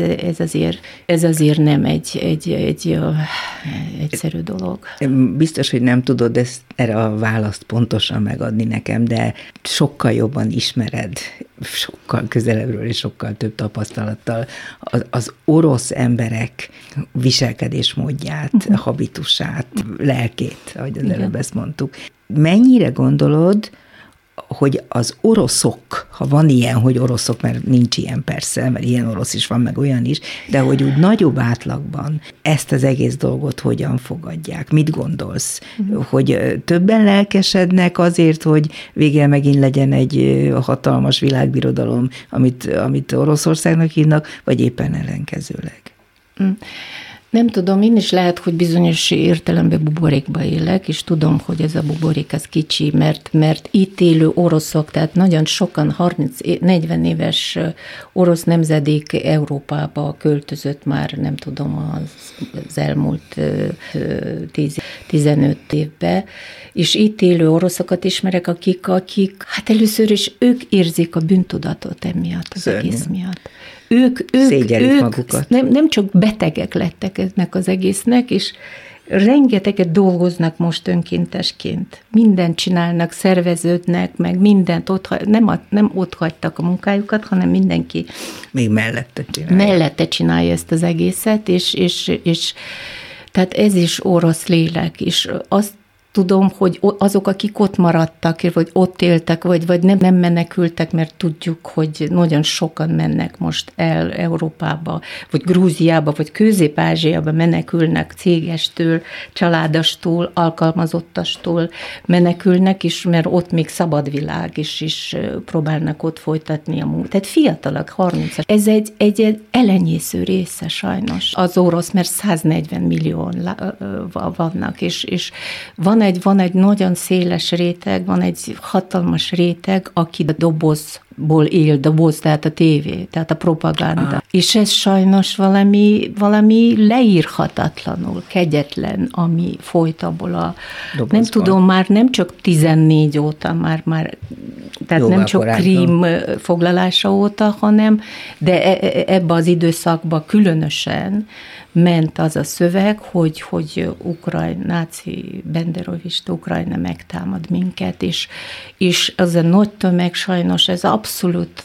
ez azért nem egy egyszerű dolog. Biztos, hogy nem tudod erre a választ pontosan megadni nekem, de sokkal jobban ismered, sokkal közelebbről és sokkal több tapasztalattal az orosz emberek viselkedésmódját, habitusát, lelkét, ahogy az előbb ezt mondtuk. Mennyire gondolod, hogy az oroszok, ha van ilyen, hogy oroszok, mert nincs ilyen persze, mert ilyen orosz is van, meg olyan is, de hogy úgy nagyobb átlagban ezt az egész dolgot hogyan fogadják? Mit gondolsz? Hogy többen lelkesednek azért, hogy végre megint legyen egy hatalmas világbirodalom, amit Oroszországnak hívnak, vagy éppen ellenkezőleg? Nem tudom, én is lehet, hogy bizonyos értelemben buborékba élek, és tudom, hogy ez a buborék az kicsi, mert itt élő oroszok, tehát nagyon sokan 30-40 éves orosz nemzedék Európába költözött már, nem tudom, az elmúlt 10-15 évben, és itt élő oroszokat ismerek, akik hát először is ők érzik a bűntudatot emiatt, az egész miatt. Ők magukat. Nem csak betegek lettek ennek az egésznek, és rengeteget dolgoznak most önkéntesként. Mindent csinálnak, szerveződnek, meg mindent nem ott hagytak a munkájukat, hanem mindenki még mellette csinálja ezt az egészet, és tehát ez is orosz lélek, és azt tudom, hogy azok, akik ott maradtak, vagy ott éltek, vagy nem menekültek, mert tudjuk, hogy nagyon sokan mennek most el Európába, vagy Grúziába, vagy Közép-Ázsiába menekülnek cégestől, családastól, alkalmazottastól menekülnek, és mert ott még szabad világ, és próbálnak ott folytatni a munkát. Tehát fiatalok, 30-as. Ez egy elenyésző része sajnos. Az orosz, mert 140 millióan vannak, és van egy nagyon széles réteg, van egy hatalmas réteg, aki a dobozból él, tehát a tévé, tehát a propaganda. És ez sajnos valami leírhatatlanul kegyetlen, ami folyt abból a... dobozból. Nem tudom, már nem csak 14 óta, már tehát jóval nem csak Krím foglalása óta, hanem, de ebbe az időszakban különösen ment az a szöveg, hogy náci benderovista Ukrajna megtámad minket, és az a nagy tömeg sajnos ez abszolút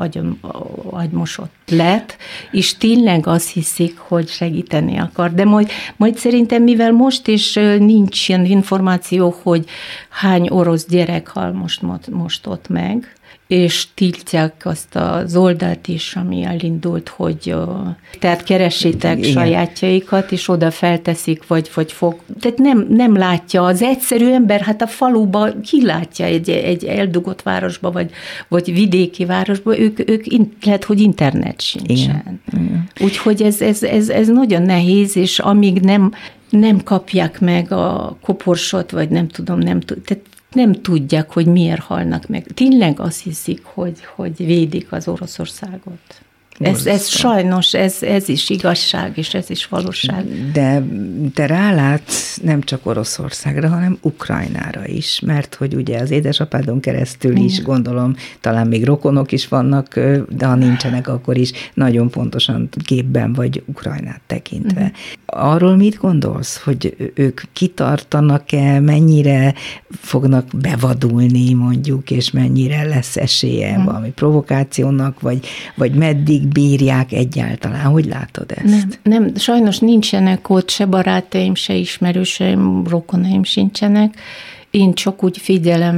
agymosott lett, és tényleg azt hiszik, hogy segíteni akar. De majd szerintem, mivel most is nincs ilyen információ, hogy hány orosz gyerek hal most ott meg, és tiltják azt az oldalt is, ami elindult, hogy tehát keressétek sajátjaikat, és oda felteszik, vagy fog. Tehát nem látja az egyszerű ember, hát a faluba ki látja egy eldugott városba, vagy vidéki városba, ők lehet, hogy internet sincsen. Úgyhogy ez nagyon nehéz, és amíg nem kapják meg a koporsot, vagy nem tudom, tehát nem tudják, hogy miért halnak meg. Tényleg azt hiszik, hogy védik az Oroszországot. Ez sajnos, ez is igazság, és ez is valóság. De te rálátsz nem csak Oroszországra, hanem Ukrajnára is, mert hogy ugye az édesapádon keresztül is, gondolom, talán még rokonok is vannak, de ha nincsenek, akkor is nagyon pontosan képben vagy Ukrajnát tekintve. Arról mit gondolsz, hogy ők kitartanak-e, mennyire fognak bevadulni mondjuk, és mennyire lesz esélye valami provokációnak, vagy meddig bírják egyáltalán? Hogy látod ezt? Nem, sajnos nincsenek ott se barátaim, se ismerőseim, rokonaim sincsenek. Én csak úgy figyelem,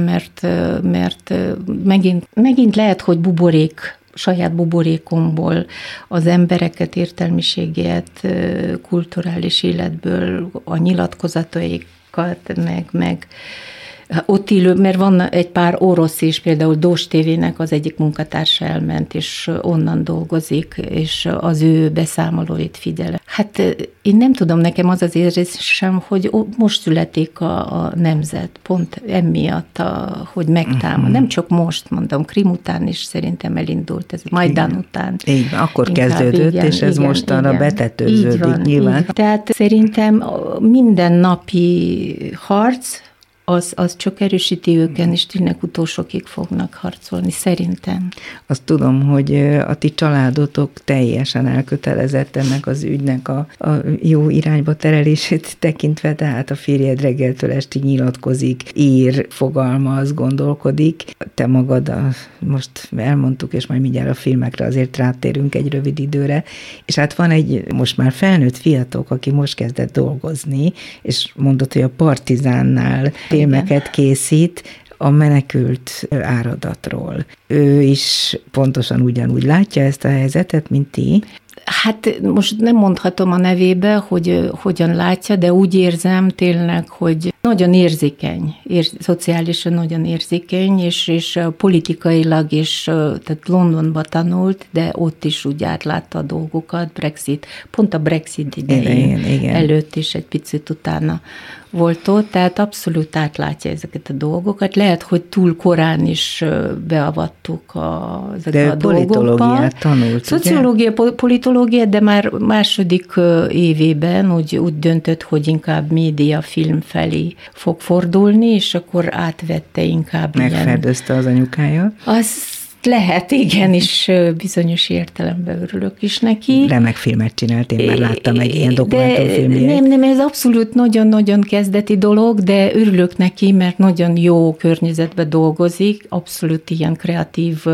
mert megint lehet, hogy saját buborékomból az embereket, értelmiséget, kulturális életből, a nyilatkozataikat, meg ott élő, mert van egy pár orosz is, például Dós TV-nek az egyik munkatársa elment, és onnan dolgozik, és az ő beszámolóit figyelem. Hát én nem tudom, nekem az az érzésem, hogy most születik a nemzet, pont emiatt, hogy megtámad. Nem csak most, mondom, Krim után is szerintem elindult, ez Majdan után. Így, akkor kezdődött, és ez mostanra betetőződik nyilván. Így. Tehát szerintem mindennapi harc, az csak erősíti őket, és tényleg utolsókig fognak harcolni, szerintem. Azt tudom, hogy a ti családotok teljesen elkötelezett ennek az ügynek a jó irányba terelését tekintve, tehát a férjed reggeltől estig nyilatkozik, ír, fogalmaz, gondolkodik. Te magad, most elmondtuk, és majd mindjárt a filmekre azért rátérünk egy rövid időre, és hát van egy most már felnőtt fiatal, aki most kezdett dolgozni, és mondott, hogy a Partizánnál filmeket készít a menekült áradatról. Ő is pontosan ugyanúgy látja ezt a helyzetet, mint ti? Hát most nem mondhatom a nevébe, hogy hogyan látja, de úgy érzem tényleg, hogy nagyon érzékeny, szociálisan nagyon érzékeny, és politikailag is, tehát Londonban tanult, de ott is úgy átlátta a dolgokat, pont a Brexit idején előtt is egy picit utána volt ott, tehát abszolút átlátja ezeket a dolgokat. Lehet, hogy túl korán is beavattuk ezeket a dolgokba. Politológiát tanult, szociológia, politológia, de már második évében úgy döntött, hogy inkább média, film felé fog fordulni, és akkor átvette inkább. Megferdezte az anyukája? Lehet, igen, és bizonyos értelemben örülök is neki. Remek filmet csinált, én már láttam egy ilyen dokumentumfilmjét. Nem, ez abszolút nagyon-nagyon kezdeti dolog, de örülök neki, mert nagyon jó környezetben dolgozik, abszolút ilyen kreatív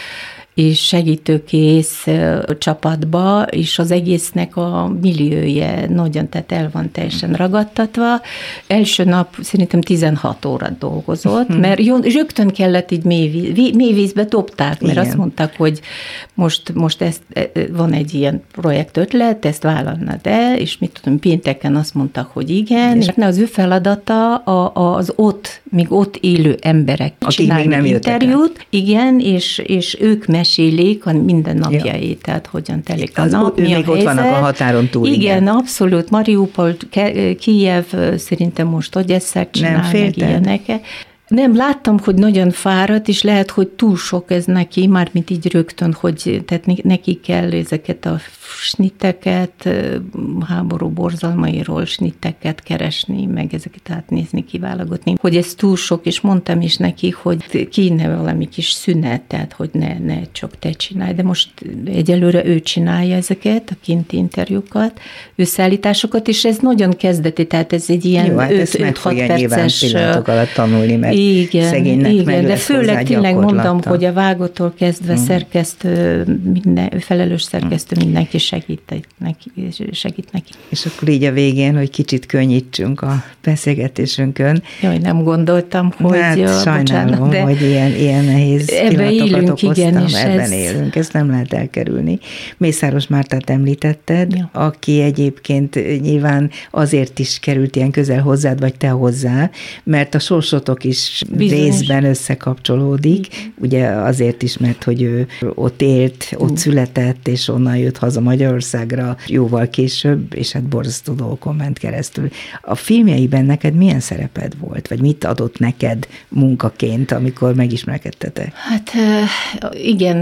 és segítőkész csapatba, és az egésznek a milliója nagyon, tehát el van teljesen ragadtatva. Első nap szerintem 16 órát dolgozott, mert rögtön kellett így mély vízbe dobták, mert azt mondták, hogy most ezt, van egy ilyen projektötlet, ezt vállalna, de, és mit tudom, pénteken azt mondtak, hogy igen, és az ő feladata az még ott élő emberek csinálni interjút, igen, és ők mesélik a mindennapjait, tehát hogyan telik a nap, mi a helyzet. Ott vannak a határon túl. Igen, abszolút. Mariupol, Kijev, szerintem most Odyesszát csinál, meg ilyeneket. Nem, láttam, hogy nagyon fáradt, és lehet, hogy túl sok ez neki, mármint így rögtön, hogy tehát neki kell ezeket a snitteket, háború borzalmairól snitteket keresni, meg ezeket átnézni, kiválogatni. Hogy ez túl sok, és mondtam is neki, hogy kéne valami kis szünet, tehát hogy ne csak te csinálj, de most egyelőre ő csinálja ezeket, a kinti interjúkat, összeállításokat, és ez nagyon kezdeti, tehát ez egy ilyen 5-6 perces pillanatok alatt tanulni, mert szegénynek meg de főleg tényleg mondom, hogy a vágótól kezdve szerkesztő, felelős szerkesztő mindenki segít neki. És akkor így a végén, hogy kicsit könnyítsünk a beszélgetésünkön. Jaj, nem gondoltam, hogy... Hát sajnálom, hogy ilyen nehéz pillanatokat okoztam. Ebben élünk, ezt nem lehet elkerülni. Mészáros Mártát említetted, aki egyébként nyilván azért is került ilyen közel hozzád, vagy te hozzá, mert a sorsotok is is részben összekapcsolódik, ugye azért is, mert hogy ő ott élt, ott született, és onnan jött haza Magyarországra jóval később, és hát borzasztó dolgokon ment keresztül. A filmjeiben neked milyen szereped volt, vagy mit adott neked munkaként, amikor megismerkedtetek? Hát igen,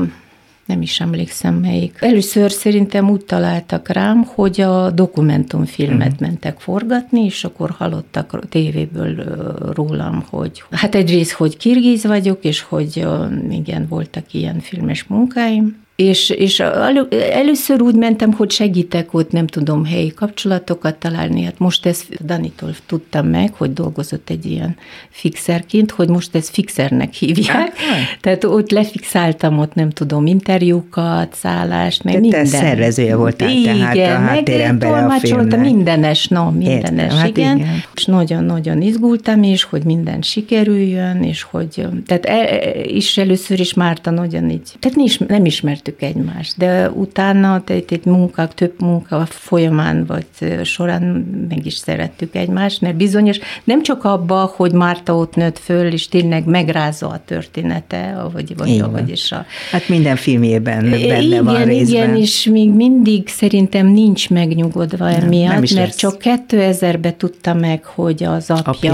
nem is emlékszem melyik. Először szerintem úgy találtak rám, hogy a dokumentumfilmet mentek forgatni, és akkor hallottak a tévéből rólam, hogy hát egyrészt, hogy kirgiz vagyok, és hogy igen, voltak ilyen filmes munkáim. És először úgy mentem, hogy segítek ott, nem tudom, helyi kapcsolatokat találni. Hát most ezt Danitól tudtam meg, hogy dolgozott egy ilyen fixerként, hogy most ezt fixernek hívják. Tehát ott lefixáltam, ott nem tudom, interjúkat, szállást, meg minden. Te szervezője voltál, tehát a háttérembere a filmnek. Mindenes, igen. És nagyon-nagyon izgultam is, hogy minden sikerüljön, és hogy, tehát is először is Márta nagyon így, tehát nem ismert egymást, de utána több munka folyamán vagy során meg is szerettük egymást, mert bizonyos, nem csak abba, hogy Márta ott nőtt föl, és tényleg megrázza a története, ahogy is a... Hát minden filmjében benne van részben. Igen, és még mindig szerintem nincs megnyugodva emiatt, mert csak 2000-ben tudta meg, hogy az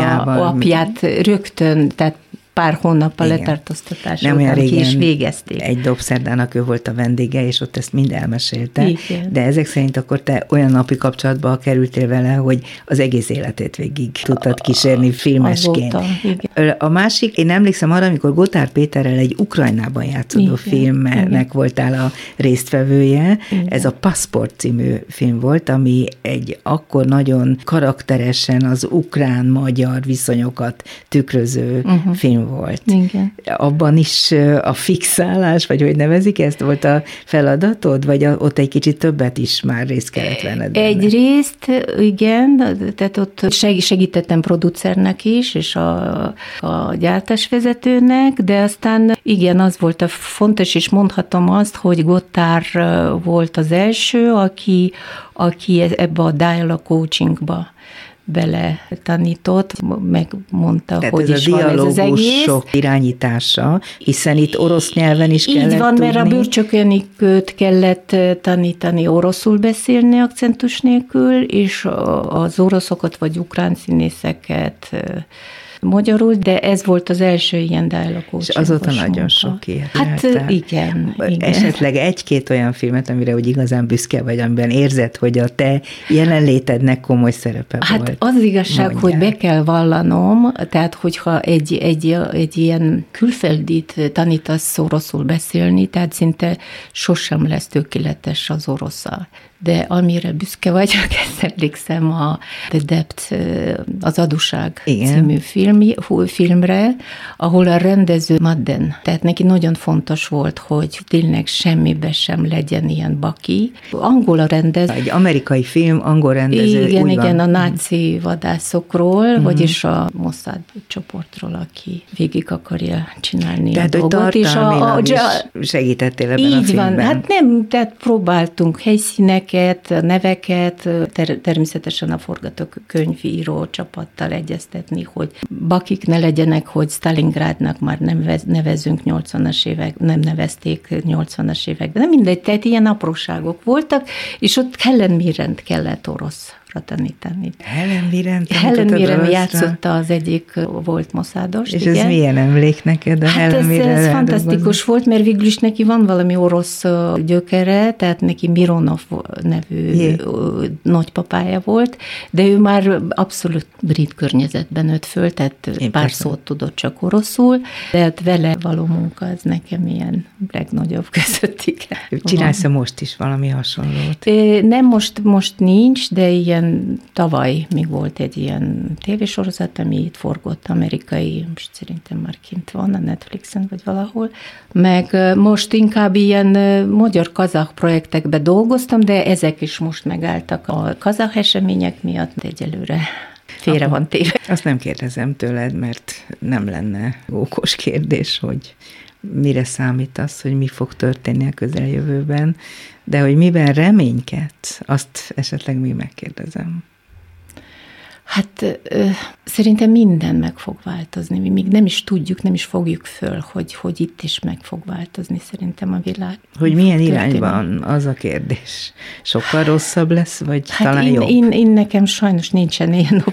apját rögtön, tehát pár hónappal letartóztatásra után ki is végezték. Egy dobszerdának ő volt a vendége, és ott ezt mind elmesélte. Igen. De ezek szerint akkor te olyan napi kapcsolatba kerültél vele, hogy az egész életét végig tudtad kísérni filmesként. A másik, én emlékszem arra, amikor Gotthárd Péterrel egy Ukrajnában játszódó filmnek voltál a résztvevője. Igen. Ez a Passport című film volt, ami egy akkor nagyon karakteresen az ukrán-magyar viszonyokat tükröző film volt. Igen. Abban is a fixálás, vagy hogy nevezik ezt, volt a feladatod, vagy ott egy kicsit többet is már részt kellett venned benne? Egyrészt, igen, tehát ott segítettem producernek is, és a gyártásvezetőnek, de aztán igen, az volt a fontos, és mondhatom azt, hogy Gotthárd volt az első, aki ebbe a dialogue coachingba bele tanított, megmondta, tehát hogy ez is van ez az egész. Tehát ez a dialógusok irányítása, hiszen itt orosz nyelven is kellett tudni. Így van, mert a Bőrcsökönikőt kellett tanítani oroszul beszélni akcentus nélkül, és az oroszokat vagy ukrán színészeket magyarul, de ez volt az első ilyen dialogos. És azóta nagyon sok ilyet. Hát igen. Esetleg egy-két olyan filmet, amire hogy igazán büszke vagy, amiben érzed, hogy a te jelenlétednek komoly szerepe volt. Hát az igazság, mondjál, hogy be kell vallanom, tehát hogyha egy ilyen külföldit tanítasz oroszul beszélni, tehát szinte sosem lesz tökéletes az orosza. De amire büszke vagyok, ezt emlékszem a The Depth, az Adóság című filmre, ahol a rendező Madden, tehát neki nagyon fontos volt, hogy tényleg semmibe sem legyen ilyen baki. Angol a rendező. Egy amerikai film, angol rendező. Igen, a náci vadászokról, vagyis a Mossad csoportról, aki végig akarja csinálni tehát, a dolgot. Tehát, hogy segítettél ebben a filmben. Így van, hát nem, tehát próbáltunk helyszíneket, neveket, természetesen a forgatókönyvíró csapattal egyeztetni, hogy bakik ne legyenek, hogy Stalingrádnak már nem nevezünk 80-as évek, nem nevezték 80-as években, de mindegy, tehát ilyen apróságok voltak, és ott Helen Mirrent kellett oroszra tanítani. Helen Mirren játszotta az egyik volt Mossados. És igen. Ez milyen emlék neked a Helen Mirren? Ez fantasztikus volt, mert végül is neki van valami orosz gyökere, tehát neki Mironov nevű nagypapája volt, de ő már abszolút brit környezetben nőtt föl, tehát pár szót tudott csak oroszul, de hát vele való munka, az nekem ilyen legnagyobb közöttik. Csinálsz most is valami hasonlót? Nem, most nincs, de ilyen tavaly még volt egy ilyen tévésorozat, ami itt forgott, amerikai, most szerintem már kint van a Netflixen, vagy valahol, meg most inkább ilyen magyar-kazah projektekbe dolgoztam, de ezek is most megálltak a kazah események miatt, egyelőre félre van téve. Azt nem kérdezem tőled, mert nem lenne okos kérdés, hogy mire számítasz, hogy mi fog történni a közeljövőben, de hogy miben reménykedsz, azt esetleg még megkérdezem. Hát szerintem minden meg fog változni. Mi még nem is tudjuk, nem is fogjuk föl, hogy itt is meg fog változni szerintem a világ. Hogy milyen irányban, az a kérdés. Sokkal rosszabb lesz, vagy hát talán jobb? Én nekem sajnos nincsen ilyen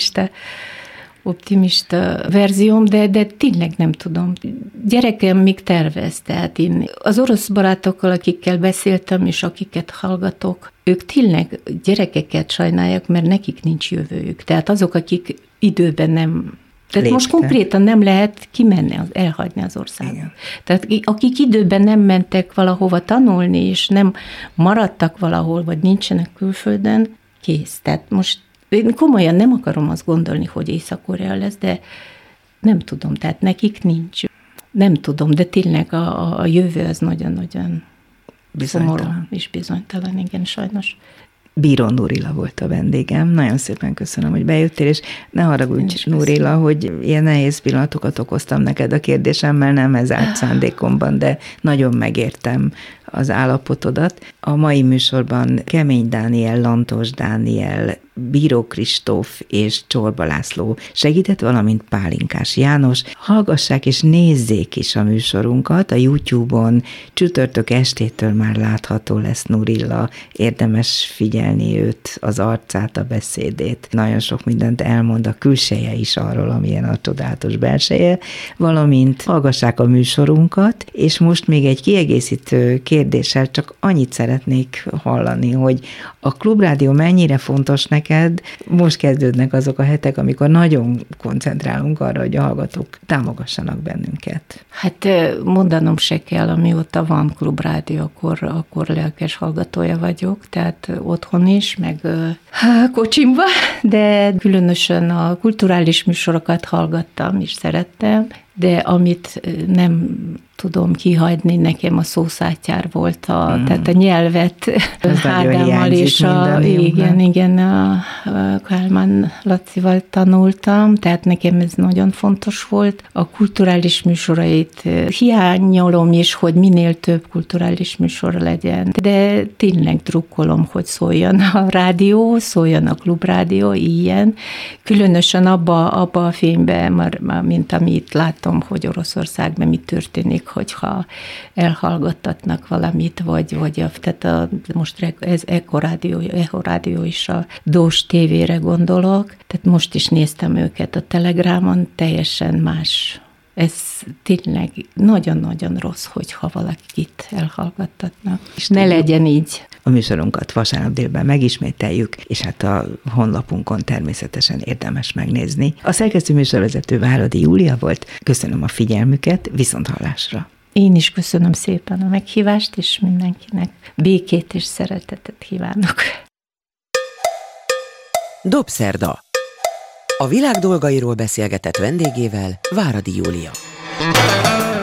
optimista verzióm, de tényleg nem tudom. Gyerekem még tervez, tehát én az orosz barátokkal, akikkel beszéltem, és akiket hallgatok, ők tényleg gyerekeket sajnálják, mert nekik nincs jövőjük. Tehát azok, akik időben nem... Tehát most konkrétan nem lehet kimenni, elhagyni az országot. Igen. Tehát akik időben nem mentek valahova tanulni, és nem maradtak valahol, vagy nincsenek külföldön, kész. Tehát most én komolyan nem akarom azt gondolni, hogy Észak-Korea lesz, de nem tudom, tehát nekik nincs. Nem tudom, de tényleg a jövő az nagyon-nagyon szomorú és bizonytalan, igen, sajnos. Bíró Nurilla volt a vendégem. Nagyon szépen köszönöm, hogy bejöttél, és ne haragudj, Nurilla, hogy ilyen nehéz pillanatokat okoztam neked a kérdésemmel, nem ez állt szándékomban, de nagyon megértem az állapotodat. A mai műsorban Kemény Dániel, Lantos Dániel, Bíró Kristóf és Csorba László segített, valamint Pálinkás János. Hallgassák és nézzék is a műsorunkat. A YouTube-on csütörtök estétől már látható lesz Nurilla. Érdemes figyelni őt, az arcát, a beszédét. Nagyon sok mindent elmond, a külseje is arról, amilyen a csodálatos belseje, valamint hallgassák a műsorunkat, és most még egy kiegészítő kérdéssel csak annyit szeretnék hallani, hogy a Klubrádió mennyire fontos neked. Most kezdődnek azok a hetek, amikor nagyon koncentrálunk arra, hogy a hallgatók támogassanak bennünket. Hát mondanom se kell, amióta van Klubrádió, akkor lelkes hallgatója vagyok, tehát otthon is, meg kocsimba, de különösen a kulturális műsorokat hallgattam és szerettem, de amit nem tudom kihagyni, nekem a szószátyár volt, tehát a nyelvet Ádámmal és a Kálmán Lacival tanultam, tehát nekem ez nagyon fontos volt. A kulturális műsorait hiányolom is, hogy minél több kulturális műsor legyen, de tényleg drukkolom, hogy szóljon a rádió, szóljon a Klubrádió, ilyen. Különösen abba a fényben, mint amit látom, hogy Oroszországban mi történik, hogyha elhallgattatnak valamit, tehát most ez Echo Rádió is a Dós tévére gondolok, tehát most is néztem őket a Telegramon, teljesen más. Ez tényleg nagyon-nagyon rossz, hogyha valakit elhallgattatnak. És ne legyen így. A műsorunkat vasárnap délben megismételjük, és hát a honlapunkon természetesen érdemes megnézni. A szerkesztő műsorvezető Váradi Júlia volt. Köszönöm a figyelmüket, viszonthallásra. Én is köszönöm szépen a meghívást, és mindenkinek békét és szeretetet kívánok. Dobszerda. A világ dolgairól beszélgetett vendégével Váradi Júlia.